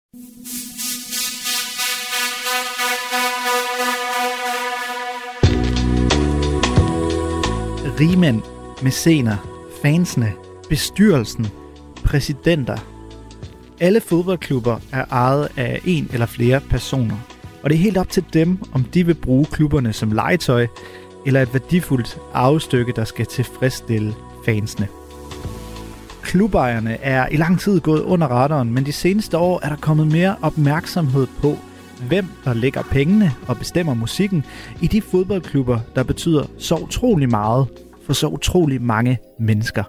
Rigmænd, mæcener, fansene, bestyrelsen, præsidenter. Alle fodboldklubber er ejet af en eller flere personer, og det er helt op til dem, om de vil bruge klubberne som legetøj eller et værdifuldt arvestykke, der skal tilfredsstille fansene. Klubejerne er i lang tid gået under radaren, men de seneste år er der kommet mere opmærksomhed på, hvem der lægger pengene og bestemmer musikken i de fodboldklubber, der betyder så utrolig meget for så utrolig mange mennesker.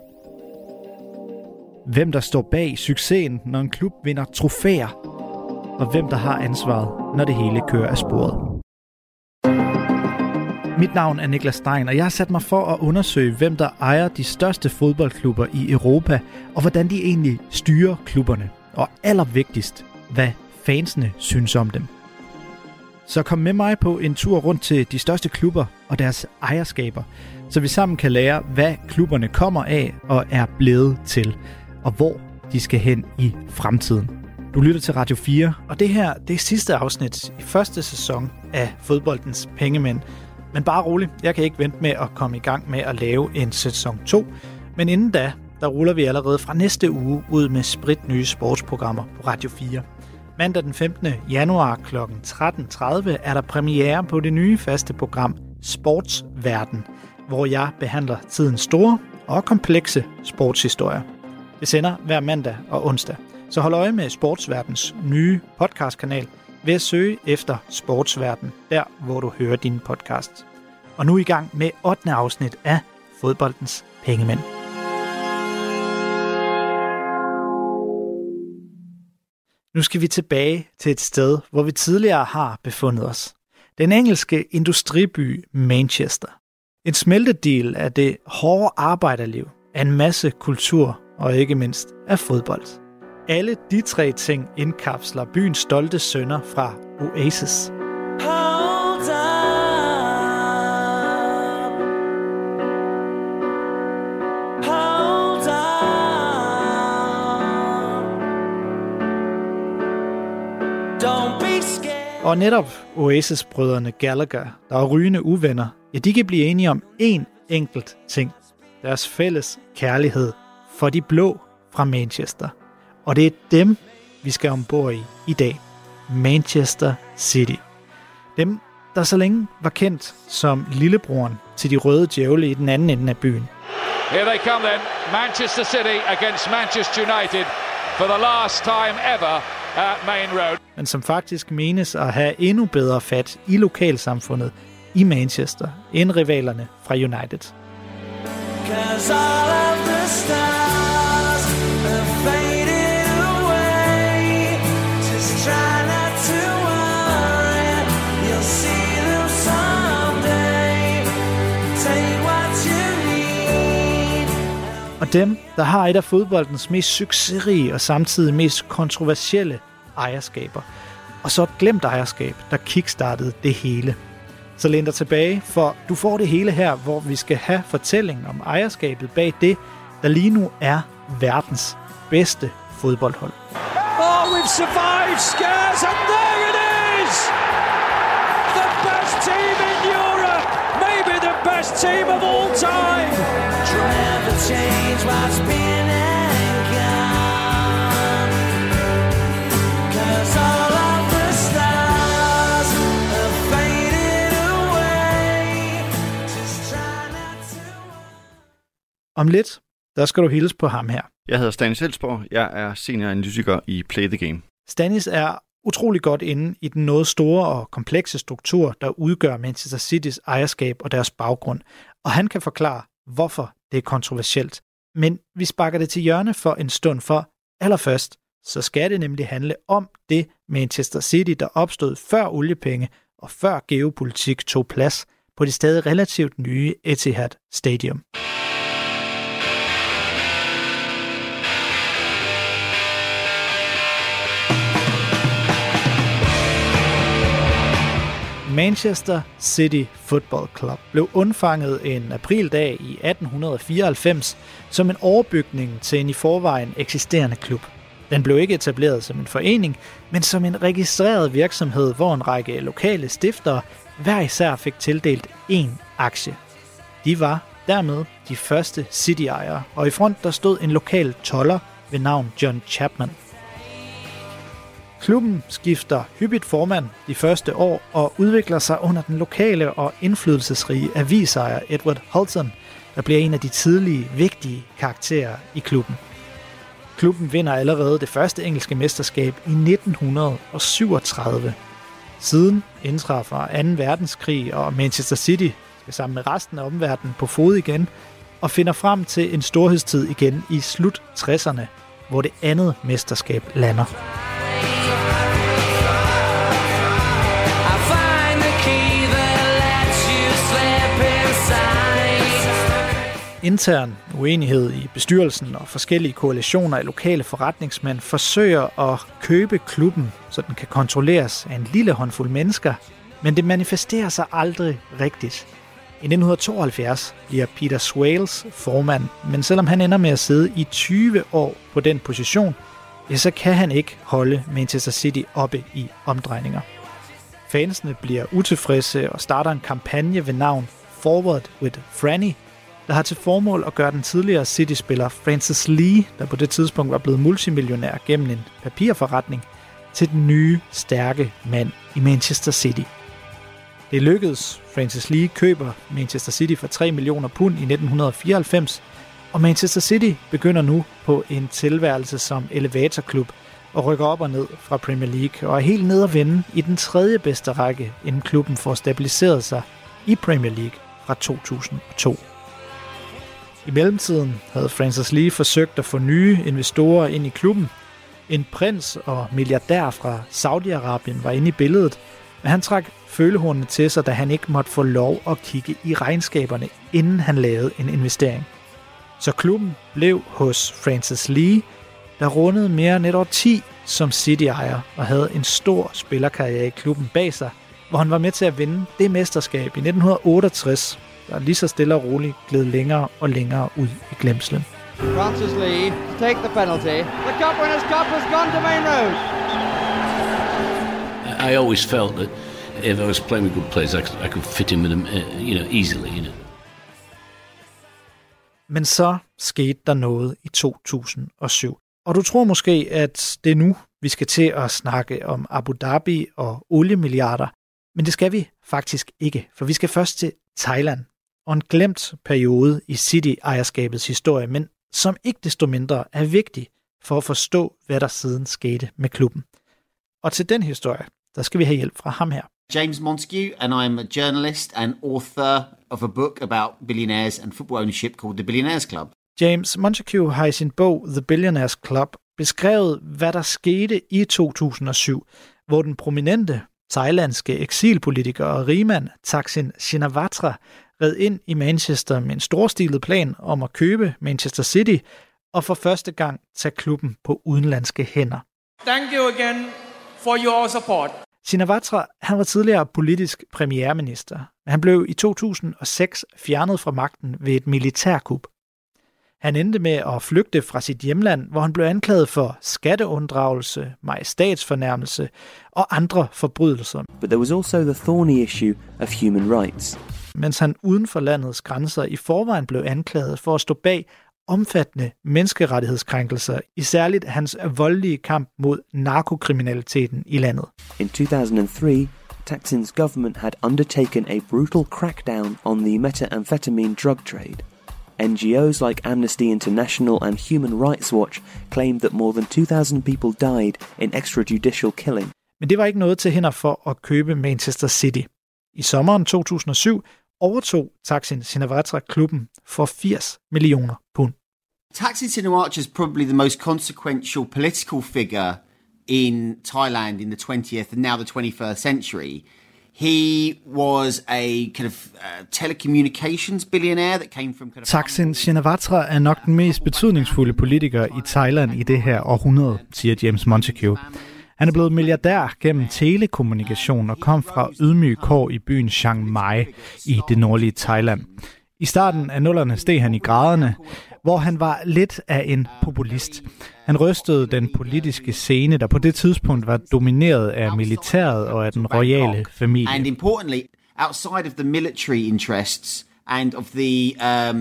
Hvem der står bag succesen, når en klub vinder trofæer, og hvem der har ansvaret, når det hele kører af sporet. Mit navn er Niklas Stein, og jeg har sat mig for at undersøge, hvem der ejer de største fodboldklubber i Europa, og hvordan de egentlig styrer klubberne, og allervigtigst, hvad fansene synes om dem. Så kom med mig på en tur rundt til de største klubber og deres ejerskaber, så vi sammen kan lære, hvad klubberne kommer af og er blevet til, og hvor de skal hen i fremtiden. Du lytter til Radio 4, og det her det er sidste afsnit i første sæson af Fodboldens Pengemænd. Men bare rolig, jeg kan ikke vente med at komme i gang med at lave en sæson 2. Men inden da, der ruller vi allerede fra næste uge ud med spritnye sportsprogrammer på Radio 4. Mandag den 15. januar kl. 13.30 er der premiere på det nye faste program Sportsverden, hvor jeg behandler tidens store og komplekse sportshistorier. Det sender hver mandag og onsdag, så hold øje med Sportsverdens nye podcastkanal ved at søge efter Sportsverden, der hvor du hører dine podcasts. Og nu i gang med 8. afsnit af Fodboldens Pengemænd. Nu skal vi tilbage til et sted, hvor vi tidligere har befundet os. Den engelske industriby Manchester. En smeltedel af det hårde arbejderliv, af en masse kultur og ikke mindst af fodbold. Alle de tre ting indkapsler byens stolte sønner fra Oasis. Hold up. Hold up. Don't be scared. Og netop Oasis-brødrene Gallagher, der er rygende uvenner, ja, de kan blive enige om én enkelt ting. Deres fælles kærlighed for de blå fra Manchester. Og det er dem, vi skal ombord i dag. Manchester City. Dem, der så længe var kendt som lillebroren til de røde djævle i den anden ende af byen. Here they come then. Manchester City against Manchester United for the last time ever at Main Road. Men som faktisk menes at have endnu bedre fat i lokalsamfundet i Manchester end rivalerne fra United. 'Cause all of the stars have faded away. Just try not to worry. You'll see them someday. Take what you need. Og dem, der har et af fodboldens mest succesrige og samtidig mest kontroversielle ejerskaber. Og så et glemt ejerskab, der kickstartede det hele. Så læn dig tilbage, for du får det hele her, hvor vi skal have fortællingen om ejerskabet bag det, der lige nu er verdens bedste fodboldhold. Oh, we've survived scares, and there it is! The best team in Europe! Maybe the best team of all time! Try to change what's been and gone. 'Cause all of the stars have faded away. Just try not to. Om lidt, der skal du hilse på ham her. Jeg hedder Stanis Elsborg. Jeg er senior-analytiker i Play the Game. Stanis er utrolig godt inde i den noget store og komplekse struktur, der udgør Manchester Citys ejerskab og deres baggrund. Og han kan forklare, hvorfor det er kontroversielt. Men vi sparker det til hjørne for en stund, for allerførst, så skal det nemlig handle om det Manchester City, der opstod før oliepenge og før geopolitik tog plads på det stadig relativt nye Etihad Stadium. Manchester City Football Club blev undfanget en aprildag i 1894 som en overbygning til en i forvejen eksisterende klub. Den blev ikke etableret som en forening, men som en registreret virksomhed, hvor en række lokale stiftere hver især fik tildelt én aktie. De var dermed de første City-ejere, og i front der stod en lokal tolder ved navn John Chapman. Klubben skifter hyppigt formand de første år og udvikler sig under den lokale og indflydelsesrige avisejer Edward Hulton, der bliver en af de tidlige, vigtige karakterer i klubben. Klubben vinder allerede det første engelske mesterskab i 1937. Siden indtræffer 2. verdenskrig, og Manchester City skal sammen med resten af omverdenen på fod igen og finder frem til en storhedstid igen i slut 60'erne, hvor det andet mesterskab lander. Intern uenighed i bestyrelsen og forskellige koalitioner af lokale forretningsmænd forsøger at købe klubben, så den kan kontrolleres af en lille håndfuld mennesker, men det manifesterer sig aldrig rigtigt. I 1972 bliver Peter Swales formand, men selvom han ender med at sidde i 20 år på den position, så kan han ikke holde Manchester City oppe i omdrejninger. Fansene bliver utilfredse og starter en kampagne ved navn Forward with Franny, der har til formål at gøre den tidligere City-spiller Francis Lee, der på det tidspunkt var blevet multimillionær gennem en papirforretning, til den nye, stærke mand i Manchester City. Det lykkedes. Francis Lee køber Manchester City for 3 millioner pund i 1994, og Manchester City begynder nu på en tilværelse som elevatorklub og rykker op og ned fra Premier League og er helt nede at vende i den 3. bedste række, inden klubben får stabiliseret sig i Premier League fra 2002. I mellemtiden havde Francis Lee forsøgt at få nye investorer ind i klubben. En prins og milliardær fra Saudi-Arabien var inde i billedet, men han trak følehornene til sig, da han ikke måtte få lov at kigge i regnskaberne, inden han lavede en investering. Så klubben blev hos Francis Lee, der rundede mere end et årti som City-ejer og havde en stor spillerkarriere i klubben bag sig, hvor han var med til at vinde det mesterskab i 1968, der lige så stille og roligt gled længere og længere ud i glemslen. Francis Lee to take the penalty. The cup winner's cup has gone to Main Road. I always felt that if I was playing with good players, I could fit in with them, easily, Men så skete der noget i 2007. Og du tror måske, at det er nu, vi skal til at snakke om Abu Dhabi og oliemilliarder. Men det skal vi faktisk ikke, for vi skal først til Thailand. Og en glemt periode i City-ejerskabets historie, men som ikke desto mindre er vigtig for at forstå, hvad der siden skete med klubben. Og til den historie, der skal vi have hjælp fra ham her. James Montague, and I'm a journalist and author of a book about billionaires and football ownership called The Billionaires Club. James Montague har i sin bog The Billionaires Club beskrevet, hvad der skete i 2007, hvor den prominente thailandske eksilpolitiker og rigmand Thaksin Shinawatra red ind i Manchester med en storstilet plan om at købe Manchester City og for første gang tage klubben på udenlandske hænder. Thank you again for your support. Shinawatra, han var tidligere politisk premierminister, men han blev i 2006 fjernet fra magten ved et militærkup. Han endte med at flygte fra sit hjemland, hvor han blev anklaget for skatteunddragelse, majestætsfornærmelse og andre forbrydelser. But there was also the thorny issue of human rights. Mens han uden for landets grænser i forvejen blev anklaget for at stå bag omfattende menneskerettighedskrænkelser, i særligt hans voldelige kamp mod narkokriminaliteten i landet. In 2003, Thaksin's government had undertaken a brutal crackdown on the methamphetamine drug trade. NGOs like Amnesty International and Human Rights Watch claimed that more than 2,000 people died in extrajudicial killing. Men det var ikke noget til hinder for at købe Manchester City. I sommeren 2007 overtog Thaksin Shinawatra klubben for 80 millioner pund. Thaksin Shinawatra is probably the most consequential political figure in Thailand in the 20th and now the 21st century. He was a kind of telecommunications billionaire that came from... Thaksin Shinawatra er nok den mest betydningsfulde politiker i Thailand i det her århundrede, siger James Montague. Han er blevet milliardær gennem telekommunikation og kom fra ydmyge kår i byen Chiang Mai i det nordlige Thailand. I starten af nullerne steg han i graderne, hvor han var lidt af en populist. Han rystede den politiske scene, der på det tidspunkt var domineret af militæret og af den royale familie. And importantly, outside of the military interests and of the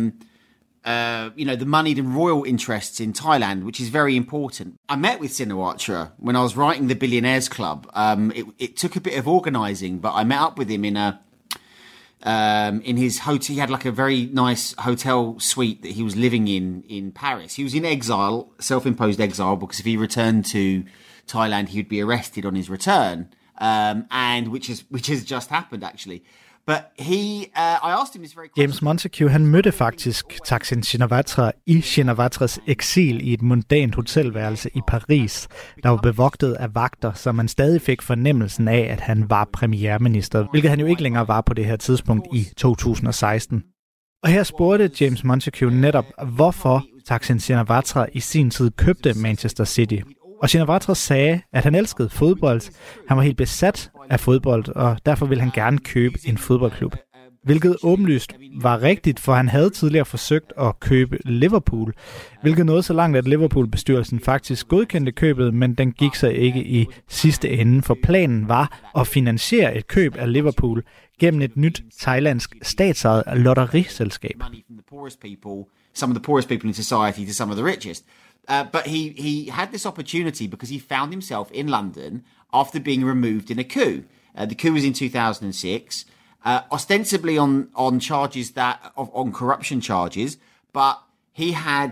the moneyed and royal interests in Thailand, which is very important. I met with Shinawatra when I was writing The Billionaires Club. It took a bit of organizing, but I met up with him in his hotel. He had like a very nice hotel suite that he was living in Paris. He was in exile, self-imposed exile, because if he returned to Thailand, he would be arrested on his return, and which has just happened actually. But I asked him this very question. James Montague, han mødte faktisk Thaksin Shinawatra i Shinawatras eksil i et mundant hotelværelse i Paris, der var bevogtet af vagter, så man stadig fik fornemmelsen af, at han var premierminister, hvilket han jo ikke længere var på det her tidspunkt i 2016. Og her spurgte James Montague netop, hvorfor Thaksin Shinawatra i sin tid købte Manchester City. Og Shinawatra sagde, at han elskede fodbold, han var helt besat af fodbold, og derfor ville han gerne købe en fodboldklub. Hvilket åbenlyst var rigtigt, for han havde tidligere forsøgt at købe Liverpool, hvilket nåede så langt, at Liverpool-bestyrelsen faktisk godkendte købet, men den gik så ikke i sidste ende, for planen var at finansiere et køb af Liverpool gennem et nyt thailandsk statsejet lotteriselskab. Some of the poorest people in society to some of the richest. But he had this opportunity because he found himself in London after being removed in a coup. The coup was in 2006, ostensibly on charges on corruption charges, but he had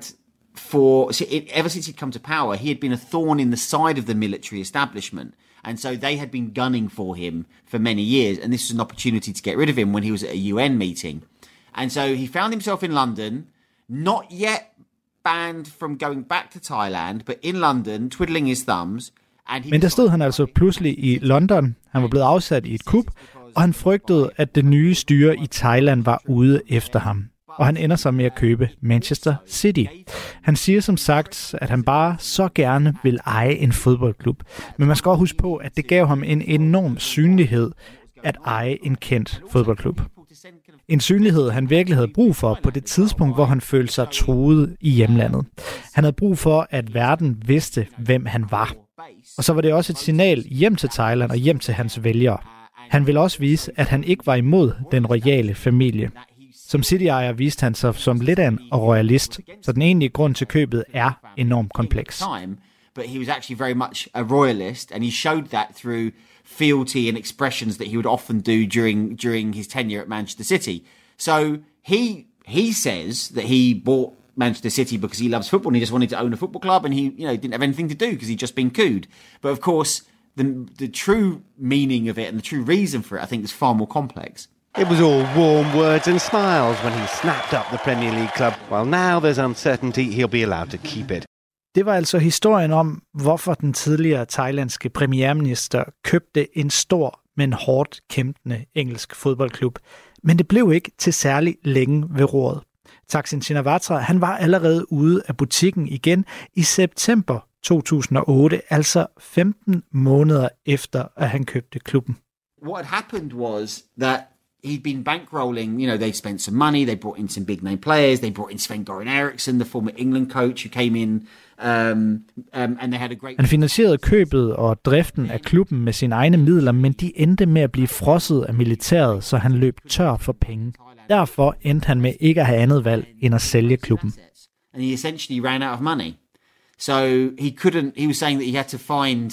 ever since he'd come to power, he had been a thorn in the side of the military establishment. And so they had been gunning for him for many years, and this was an opportunity to get rid of him when he was at a UN meeting. And so he found himself in London, not yet banned from going back to Thailand, but in London, twiddling his thumbs. Men der stod han altså pludselig i London. Han var blevet afsat i et kup, og han frygtede, at det nye styre i Thailand var ude efter ham. Og han ender så med at købe Manchester City. Han siger som sagt, at han bare så gerne vil eje en fodboldklub. Men man skal også huske på, at det gav ham en enorm synlighed at eje en kendt fodboldklub. En synlighed, han virkelig havde brug for på det tidspunkt, hvor han følte sig truet i hjemlandet. Han havde brug for, at verden vidste, hvem han var. Og så var det også et signal hjem til Thailand og hjem til hans vælgere. Han ville også vise, at han ikke var imod den royale familie. Som City-ejer viste han sig som lidt af en royalist, så den egentlige grund til købet er enormt kompleks. But he was actually very much a royalist, and he showed that through fealty and expressions that he would often do during his tenure at Manchester City. So he says that he bought Manchester City because he loves football and he just wanted to own a football club, and he didn't have anything to do because he'd just been cooed. But of course, the true meaning of it and the true reason for it, I think, is far more complex. It was all warm words and smiles when he snapped up the Premier League club. Well, now there's uncertainty he'll be allowed to keep it. Det var altså historien om, hvorfor den tidligere thailandske premierminister købte en stor, men hårdt kæmpende engelsk fodboldklub. Men det blev ikke til særlig længe ved roret. Thaksin Shinawatra, han var allerede ude af butikken igen i september 2008, altså 15 måneder efter, at han købte klubben. What happened was that he'd been bankrolling, they spent some money, they brought in some big name players, they brought in Sven-Göran Eriksson, the former England coach who came in, and they had a great... Han finansierede købet og driften af klubben med sine egne midler, men de endte med at blive frosset af militæret, så han løb tør for penge. Derfor endte han med ikke at have andet valg end at sælge klubben. And he essentially ran out of money. So he was saying that he had to find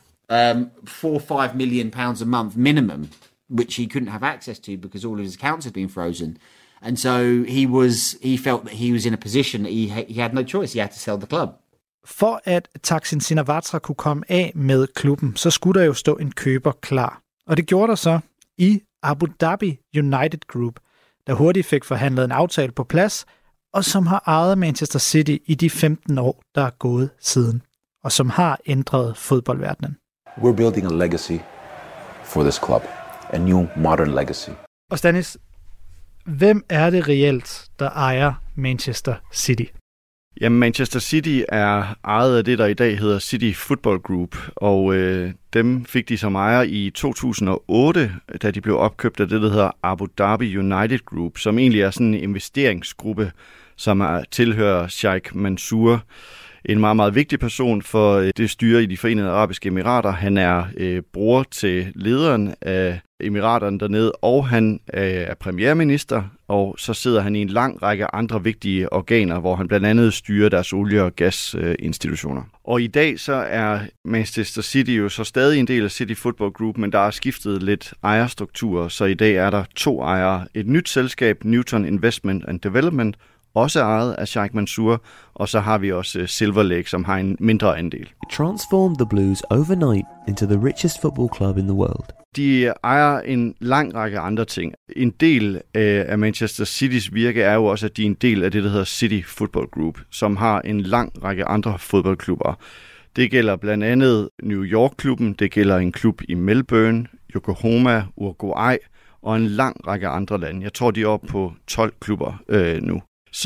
4-5 million pounds a month minimum, which he couldn't have access to because all of his accounts had been frozen. And so he felt that he was in a position that he had no choice. He had to sell the club. For at Thaksin Shinawatra kunne komme af med klubben, så skulle der jo stå en køber klar. Og det gjorde der så i Abu Dhabi United Group, der hurtigt fik forhandlet en aftale på plads, og som har ejet Manchester City i de 15 år, der er gået siden, og som har ændret fodboldverdenen. We're building a legacy for this club. A new modern legacy. Og Stanis, hvem er det reelt, der ejer Manchester City? Jamen, Manchester City er ejet af det, der i dag hedder City Football Group, og dem fik de som ejer i 2008, da de blev opkøbt af det, der hedder Abu Dhabi United Group, som egentlig er sådan en investeringsgruppe, som tilhører Sheikh Mansour. En meget, meget vigtig person for det styre i de Forenede Arabiske Emirater. Han er bror til lederen af emiraterne dernede, og han er premierminister, og så sidder han i en lang række andre vigtige organer, hvor han blandt andet styrer deres olie- og gasinstitutioner. Og i dag så er Manchester City jo så stadig en del af City Football Group, men der er skiftet lidt ejerstrukturer, så i dag er der 2 ejere. Et nyt selskab, Newton Investment and Development, også ejet af Sheikh Mansour, og så har vi også Silver Lake, som har en mindre andel. It transformed the Blues overnight into the richest football club in the world. De ejer en lang række andre ting. En del af Manchester Citys virke er jo også, at de er en del af det, der hedder City Football Group, som har en lang række andre fodboldklubber. Det gælder blandt andet New York-klubben, det gælder en klub i Melbourne, Yokohama, Uruguay og en lang række andre lande. Jeg tror, de er oppe på 12 klubber nu. Så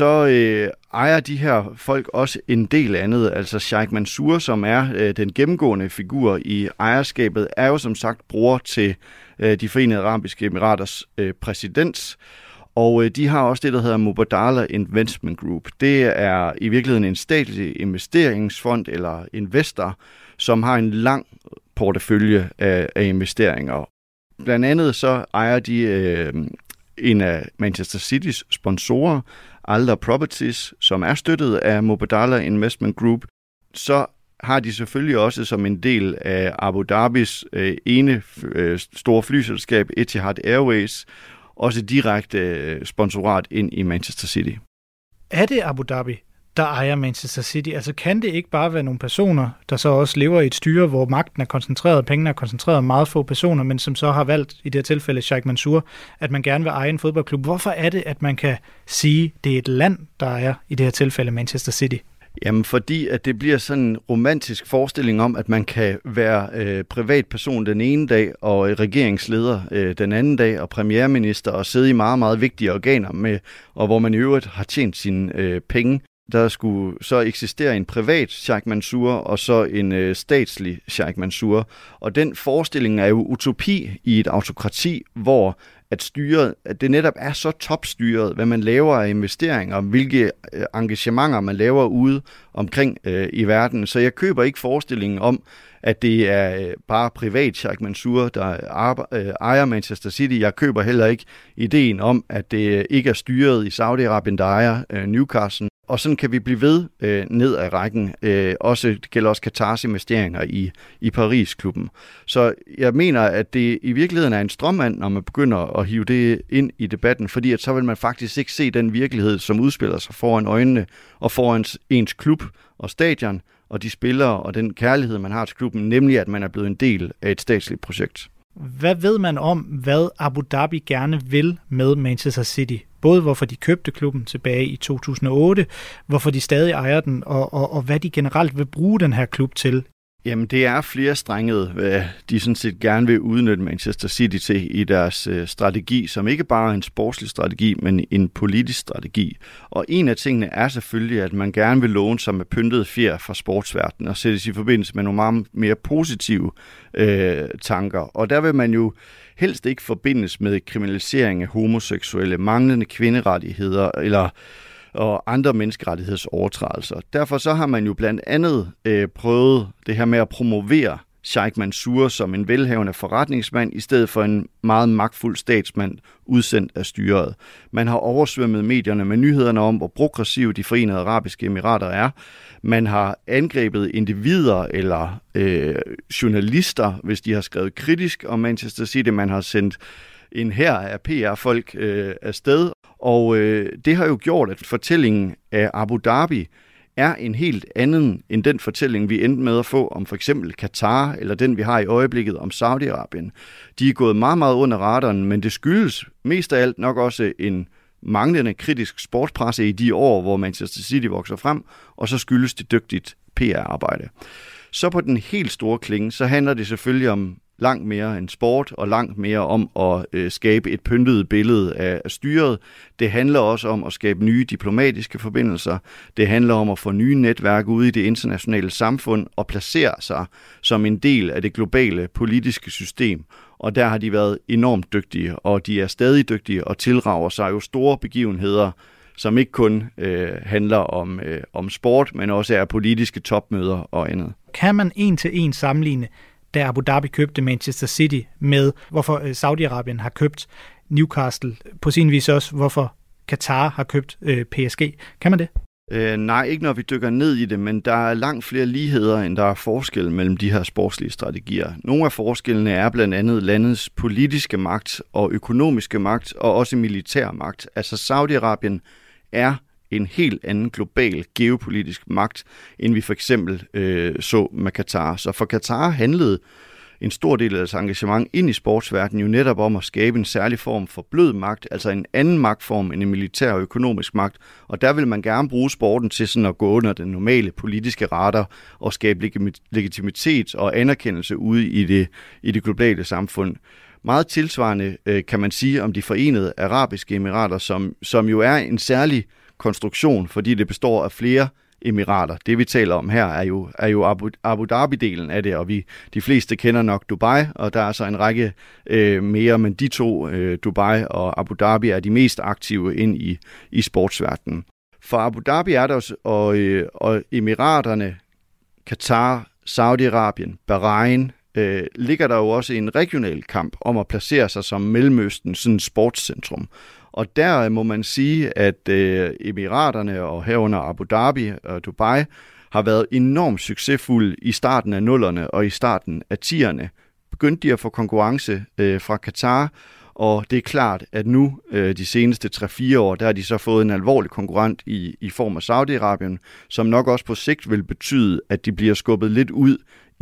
ejer de her folk også en del andet. Altså Sheikh Mansour, som er den gennemgående figur i ejerskabet, er jo som sagt bror til de Forenede Arabiske Emiraters præsident. Og de har også det, der hedder Mubadala Investment Group. Det er i virkeligheden en statlig investeringsfond eller investor, som har en lang portefølje af investeringer. Blandt andet så ejer de en af Manchester Citys sponsorer, Alder Properties, som er støttet af Mubadala Investment Group. Så har de selvfølgelig også som en del af Abu Dhabis ene store flyselskab, Etihad Airways, også direkte sponsorat ind i Manchester City. Er det Abu Dhabi, der ejer Manchester City? Altså kan det ikke bare være nogle personer, der så også lever i et styre, hvor magten er koncentreret, pengene er koncentreret om meget få personer, men som så har valgt, i det her tilfælde Sheikh Mansour, at man gerne vil eje en fodboldklub? Hvorfor er det, at man kan sige, det er et land, der ejer, i det her tilfælde Manchester City? Jamen fordi, at det bliver sådan en romantisk forestilling om, at man kan være privatperson den ene dag, og regeringsleder den anden dag, og premierminister, og sidde i meget, meget vigtige organer med, og hvor man i øvrigt har tjent sine penge. Der skulle så eksistere en privat Sheikh Mansour og så en statslig Sheikh Mansour. Og den forestilling er jo utopi i et autokrati, hvor at det netop er så topstyret, hvad man laver af investeringer, hvilke engagementer man laver ude omkring i verden. Så jeg køber ikke forestillingen om, at det er bare privat Sheikh Mansour, der ejer Manchester City. Jeg køber heller ikke ideen om, at det ikke er styret i Saudi-Arabien, der ejer Newcastle. Og sådan kan vi blive ved ned ad rækken. Det gælder også Qatars investeringer i Paris-klubben. Så jeg mener, at det i virkeligheden er en strømmand, når man begynder at hive det ind i debatten, fordi at så vil man faktisk ikke se den virkelighed, som udspiller sig foran øjnene og foran ens klub og stadion, og de spillere og den kærlighed, man har til klubben, nemlig at man er blevet en del af et statsligt projekt. Hvad ved man om, hvad Abu Dhabi gerne vil med Manchester City? Både hvorfor de købte klubben tilbage i 2008, hvorfor de stadig ejer den, og hvad de generelt vil bruge den her klub til? Jamen, det er flere strengede, hvad de sådan set gerne vil udnytte Manchester City til i deres strategi, som ikke bare er en sportslig strategi, men en politisk strategi. Og en af tingene er selvfølgelig, at man gerne vil låne sig med pyntet fjer fra sportsverdenen og sættes i forbindelse med nogle meget mere positive tanker. Og der vil man jo helst ikke forbindes med kriminalisering af homoseksuelle, manglende kvinderettigheder og andre menneskerettighedsovertrædelser. Derfor så har man jo blandt andet prøvet det her med at promovere Sheikh Mansour som en velhavende forretningsmand, i stedet for en meget magtfuld statsmand udsendt af styret. Man har oversvømmet medierne med nyhederne om, hvor progressive de Forenede Arabiske Emirater er. Man har angrebet individer eller journalister, hvis de har skrevet kritisk om Manchester City. Man har sendt en hær af PR-folk afsted. Og det har jo gjort, at fortællingen af Abu Dhabi er en helt anden end den fortælling, vi endte med at få om for eksempel Katar, eller den, vi har i øjeblikket om Saudi-Arabien. De er gået meget, meget under radaren, men det skyldes mest af alt nok også en manglende kritisk sportspresse i de år, hvor Manchester City vokser frem, og så skyldes det dygtigt PR-arbejde. Så på den helt store klinge, så handler det selvfølgelig om langt mere end sport, og langt mere om at skabe et pyntet billede af styret. Det handler også om at skabe nye diplomatiske forbindelser. Det handler om at få nye netværk ude i det internationale samfund og placere sig som en del af det globale politiske system. Og der har de været enormt dygtige, og de er stadig dygtige og tilrager sig jo store begivenheder som ikke kun handler om sport, men også er politiske topmøder og andet. Kan man en til en sammenligne, da Abu Dhabi købte Manchester City, med hvorfor Saudi-Arabien har købt Newcastle, på sin vis også hvorfor Qatar har købt PSG? Kan man det? Nej, ikke når vi dykker ned i det, men der er langt flere ligheder, end der er forskel mellem de her sportslige strategier. Nogle af forskellene er blandt andet landets politiske magt og økonomiske magt, og også militær magt. Altså Saudi-Arabien er en helt anden global geopolitisk magt, end vi for eksempel så med Qatar. Så for Qatar handlede en stor del af deres engagement ind i sportsverdenen jo netop om at skabe en særlig form for blød magt, altså en anden magtform end en militær og økonomisk magt. Og der vil man gerne bruge sporten til sådan at gå under den normale politiske radar og skabe legitimitet og anerkendelse ude i det globale samfund. Meget tilsvarende kan man sige om de Forenede Arabiske Emirater, som jo er en særlig konstruktion, fordi det består af flere emirater. Det vi taler om her er jo Abu Dhabi-delen af det, og de fleste kender nok Dubai, og der er så en række mere, men de to, Dubai og Abu Dhabi, er de mest aktive ind i sportsverdenen. For Abu Dhabi er der og emiraterne, Qatar, Saudi-Arabien, Bahrain, ligger der jo også en regional kamp om at placere sig som Mellemøstens sådan sportscentrum. Og der må man sige, at emiraterne og herunder Abu Dhabi og Dubai har været enormt succesfulde i starten af 00'erne og i starten af 10'erne. Begyndte de at få konkurrence fra Qatar, og det er klart, at nu de seneste 3-4 år, der har de så fået en alvorlig konkurrent i form af Saudi-Arabien, som nok også på sigt vil betyde, at de bliver skubbet lidt ud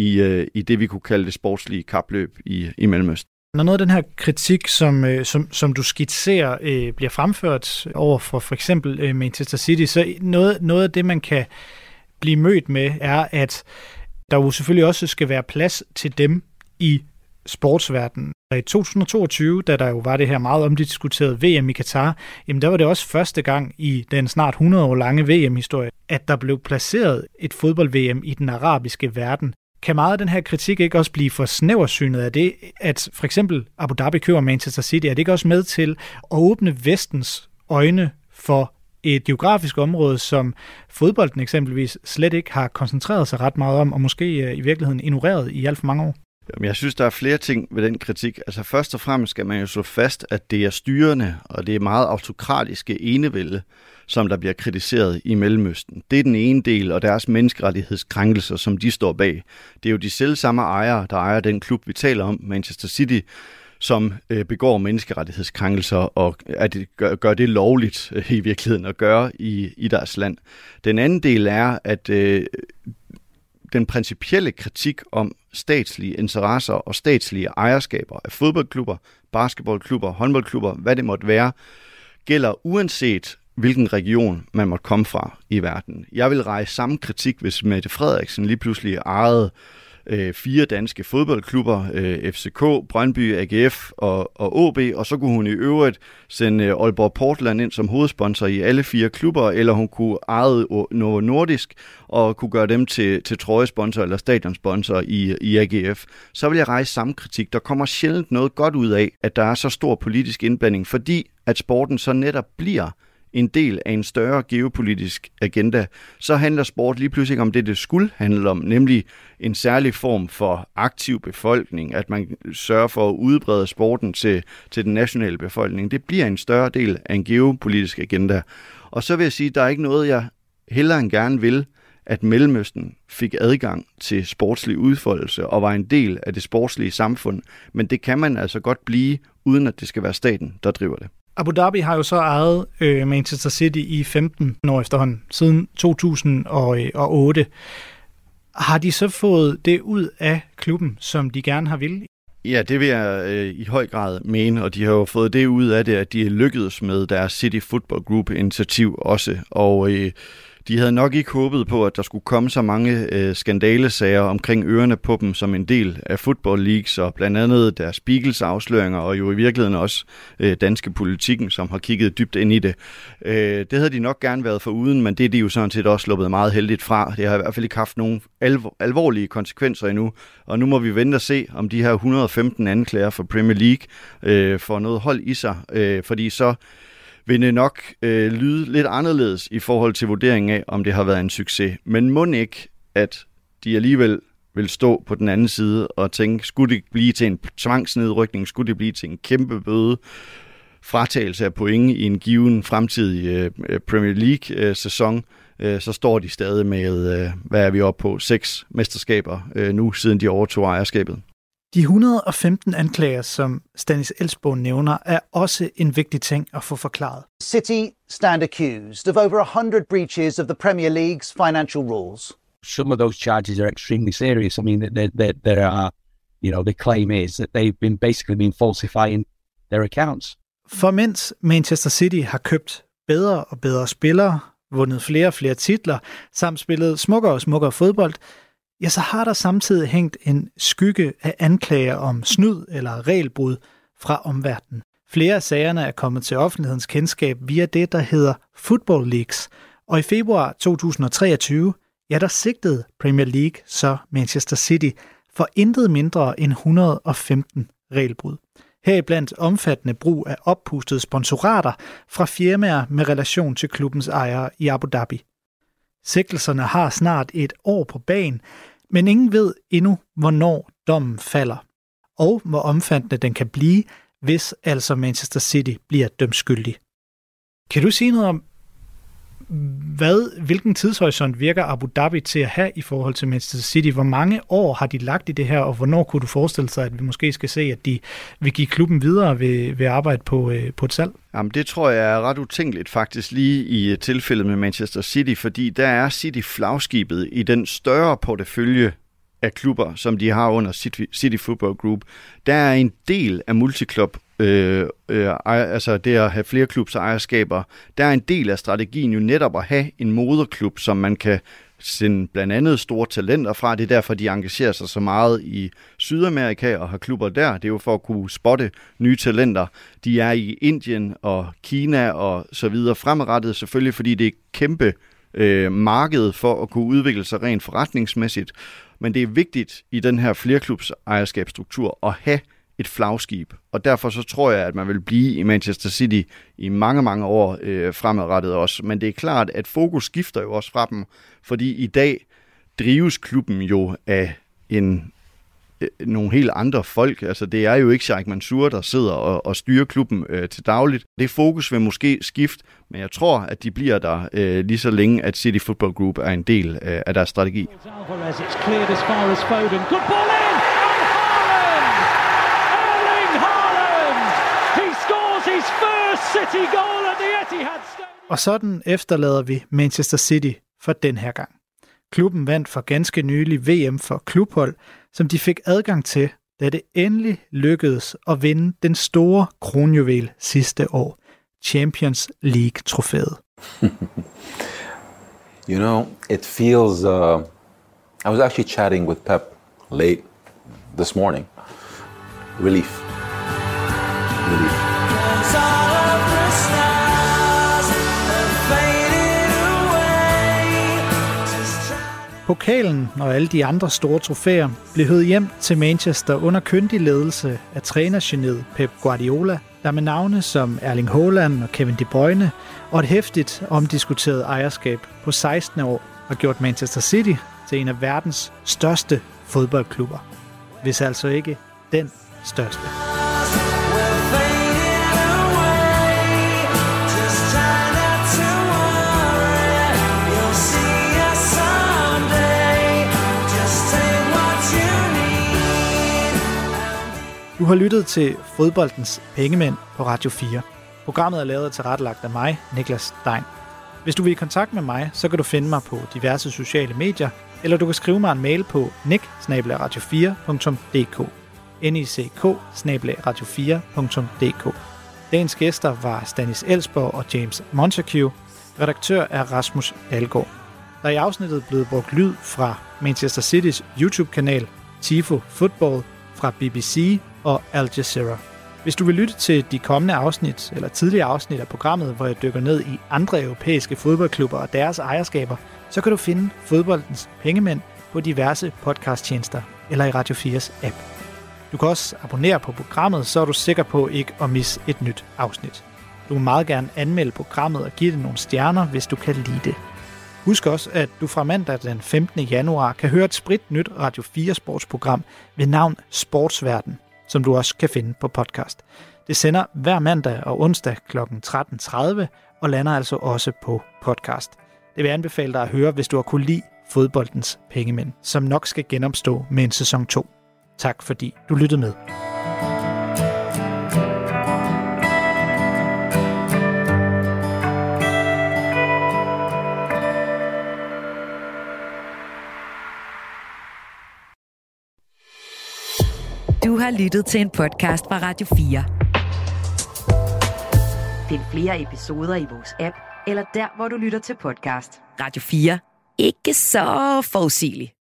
i det, vi kunne kalde det sportslige kapløb i Mellemøsten. Når noget af den her kritik, som du skitserer, bliver fremført over for eksempel Manchester City, så noget af det, man kan blive mødt med, er, at der jo selvfølgelig også skal være plads til dem i sportsverdenen. I 2022, da der jo var det her meget omdiskuterede VM i Qatar, jamen der var det også første gang i den snart 100 år lange VM-historie, at der blev placeret et fodbold-VM i den arabiske verden. Kan meget af den her kritik ikke også blive for snæversynet af det, at for eksempel Abu Dhabi køber Manchester City? Er det ikke også med til at åbne vestens øjne for et geografisk område, som fodbolden eksempelvis slet ikke har koncentreret sig ret meget om, og måske i virkeligheden ignoreret i alt for mange år? Jamen, jeg synes, der er flere ting ved den kritik. Altså først og fremmest skal man jo slå fast, at det er styrende, og det er meget autokratiske enevælde, som der bliver kritiseret i Mellemøsten. Det er den ene del, og deres menneskerettighedskrænkelser, som de står bag. Det er jo de selvsamme ejere, der ejer den klub, vi taler om, Manchester City, som begår menneskerettighedskrænkelser og gør det lovligt i virkeligheden at gøre i deres land. Den anden del er, at den principielle kritik om statslige interesser og statslige ejerskaber af fodboldklubber, basketballklubber, håndboldklubber, hvad det måtte være, gælder uanset hvilken region man måtte komme fra i verden. Jeg vil rejse samme kritik, hvis Mette Frederiksen lige pludselig ejede 4 danske fodboldklubber, FCK, Brøndby, AGF og OB, og så kunne hun i øvrigt sende Aalborg Portland ind som hovedsponsor i alle 4 klubber, eller hun kunne eje Novo Nordisk og kunne gøre dem til trøjesponsor eller stadionsponsor i AGF. Så vil jeg rejse samme kritik. Der kommer sjældent noget godt ud af, at der er så stor politisk indblanding, fordi at sporten så netop bliver en del af en større geopolitisk agenda, så handler sport lige pludselig om det skulle handle om, nemlig en særlig form for aktiv befolkning, at man sørger for at udbrede sporten til den nationale befolkning. Det bliver en større del af en geopolitisk agenda. Og så vil jeg sige, at der er ikke noget, jeg hellere end gerne vil, at Mellemøsten fik adgang til sportslig udfoldelse og var en del af det sportslige samfund. Men det kan man altså godt blive, uden at det skal være staten, der driver det. Abu Dhabi har jo så ejet Manchester City i 15 år efterhånden, siden 2008. Har de så fået det ud af klubben, som de gerne har ville? Ja, det vil jeg i høj grad mene, og de har jo fået det ud af det, at de er lykkedes med deres City Football Group-initiativ også, og de havde nok ikke håbet på, at der skulle komme så mange skandalesager omkring ørerne på dem som en del af Football Leagues, og blandt andet deres Beagles-afsløringer, og jo i virkeligheden også danske politikken, som har kigget dybt ind i det. Det havde de nok gerne været foruden, men det er de jo sådan set også sluppet meget heldigt fra. Det har i hvert fald ikke haft nogen alvorlige konsekvenser endnu, og nu må vi vente og se, om de her 115 anklager for Premier League får noget hold i sig, fordi så vil det nok lyde lidt anderledes i forhold til vurderingen af, om det har været en succes. Men mon ikke, at de alligevel vil stå på den anden side og tænke, skulle det blive til en tvangsnedrykning, skulle det blive til en kæmpe bøde, fratagelse af point i en given fremtidig Premier League-sæson, så står de stadig med, hvad er vi oppe på, 6 mesterskaber nu, siden de overtog ejerskabet. De 115 anklager, som Stanis Elsbo nævner, er også en vigtig ting at få forklaret. City stand accused of over 100 breaches of the Premier League's financial rules. Some of those charges are extremely serious. I mean, there are, the claim is that they've been falsifying their accounts. For mens Manchester City har købt bedre og bedre spillere, vundet flere og flere titler, samt spillet smukkere og smukkere fodbold, ja, så har der samtidig hængt en skygge af anklager om snyd eller regelbrud fra omverdenen. Flere af sagerne er kommet til offentlighedens kendskab via det, der hedder Football Leaks, og i februar 2023, ja, der sigtede Premier League så Manchester City for intet mindre end 115 regelbrud. Heriblandt omfattende brug af oppustede sponsorater fra firmaer med relation til klubbens ejere i Abu Dhabi. Sigtelserne har snart et år på bagen, men ingen ved endnu, hvornår dommen falder, og hvor omfattende den kan blive, hvis altså Manchester City bliver dømt skyldig. Kan du sige noget om, hvilken tidshorisont virker Abu Dhabi til at have i forhold til Manchester City? Hvor mange år har de lagt i det her, og hvornår kunne du forestille sig, at vi måske skal se, at de vil give klubben videre ved arbejde på et salg? Jamen, det tror jeg er ret utænkeligt faktisk lige i tilfældet med Manchester City, fordi der er City flagskibet i den større portefølje af klubber, som de har under City Football Group. Der er en del af multiklub, altså det at have flere klubs ejerskaber, der er en del af strategien jo netop at have en moderklub, som man kan sende blandt andet store talenter fra. Det er derfor, de engagerer sig så meget i Sydamerika og har klubber der. Det er jo for at kunne spotte nye talenter. De er i Indien og Kina og så videre fremadrettet, selvfølgelig fordi det er et kæmpe marked for at kunne udvikle sig rent forretningsmæssigt. Men det er vigtigt i den her flerklubs ejerskabsstruktur at have et flagskib, og derfor så tror jeg, at man vil blive i Manchester City i mange, mange år fremadrettet også. Men det er klart, at fokus skifter jo også fra dem, fordi i dag drives klubben jo af nogle helt andre folk. Altså det er jo ikke Sheikh Mansour, der sidder og styrer klubben til dagligt. Det fokus vil måske skifte, men jeg tror, at de bliver der lige så længe, at City Football Group er en del af deres strategi. Og sådan efterlader vi Manchester City for den her gang. Klubben vandt for ganske nylig VM for klubhold, som de fik adgang til, da det endelig lykkedes at vinde den store kronjuvel sidste år, Champions League-trofæet. It feels... I was actually chatting with Pep late this morning. Relief. Pokalen og alle de andre store trofæer blev høvet hjem til Manchester under kyndig ledelse af trænergeniet Pep Guardiola, der med navne som Erling Haaland og Kevin De Bruyne og et heftigt omdiskuteret ejerskab på 16 år har gjort Manchester City til en af verdens største fodboldklubber. Hvis altså ikke den største. Du har lyttet til Fodboldens Pengemænd på Radio 4. Programmet er lavet og tilrettelagt af mig, Niklas Stein. Hvis du vil i kontakt med mig, så kan du finde mig på diverse sociale medier, eller du kan skrive mig en mail på nick@radio4.dk. nick@radio4.dk. Dagens gæster var Stanis Elsborg og James Montague. Redaktør er Rasmus Dalgaard. Der er i afsnittet blevet brugt lyd fra Manchester City's YouTube-kanal Tifo Football, fra BBC og Al Jazeera. Hvis du vil lytte til de kommende afsnit eller tidligere afsnit af programmet, hvor jeg dykker ned i andre europæiske fodboldklubber og deres ejerskaber, så kan du finde Fodboldens Pengemænd på diverse podcasttjenester eller i Radio 4's app. Du kan også abonnere på programmet, så er du sikker på ikke at misse et nyt afsnit. Du må meget gerne anmelde programmet og give det nogle stjerner, hvis du kan lide det. Husk også, at du fra mandag den 15. januar kan høre et spritnyt Radio 4 sportsprogram ved navn Sportsverden, som du også kan finde på podcast. Det sender hver mandag og onsdag kl. 13.30 og lander altså også på podcast. Det vil jeg anbefale dig at høre, hvis du har kunne lide fodboldens pengemænd, som nok skal genopstå med en sæson 2. Tak fordi du lyttede med. Du har lyttet til en podcast fra Radio 4. Find flere episoder i vores app, eller der, hvor du lytter til podcast. Radio 4. Ikke så forudsigeligt.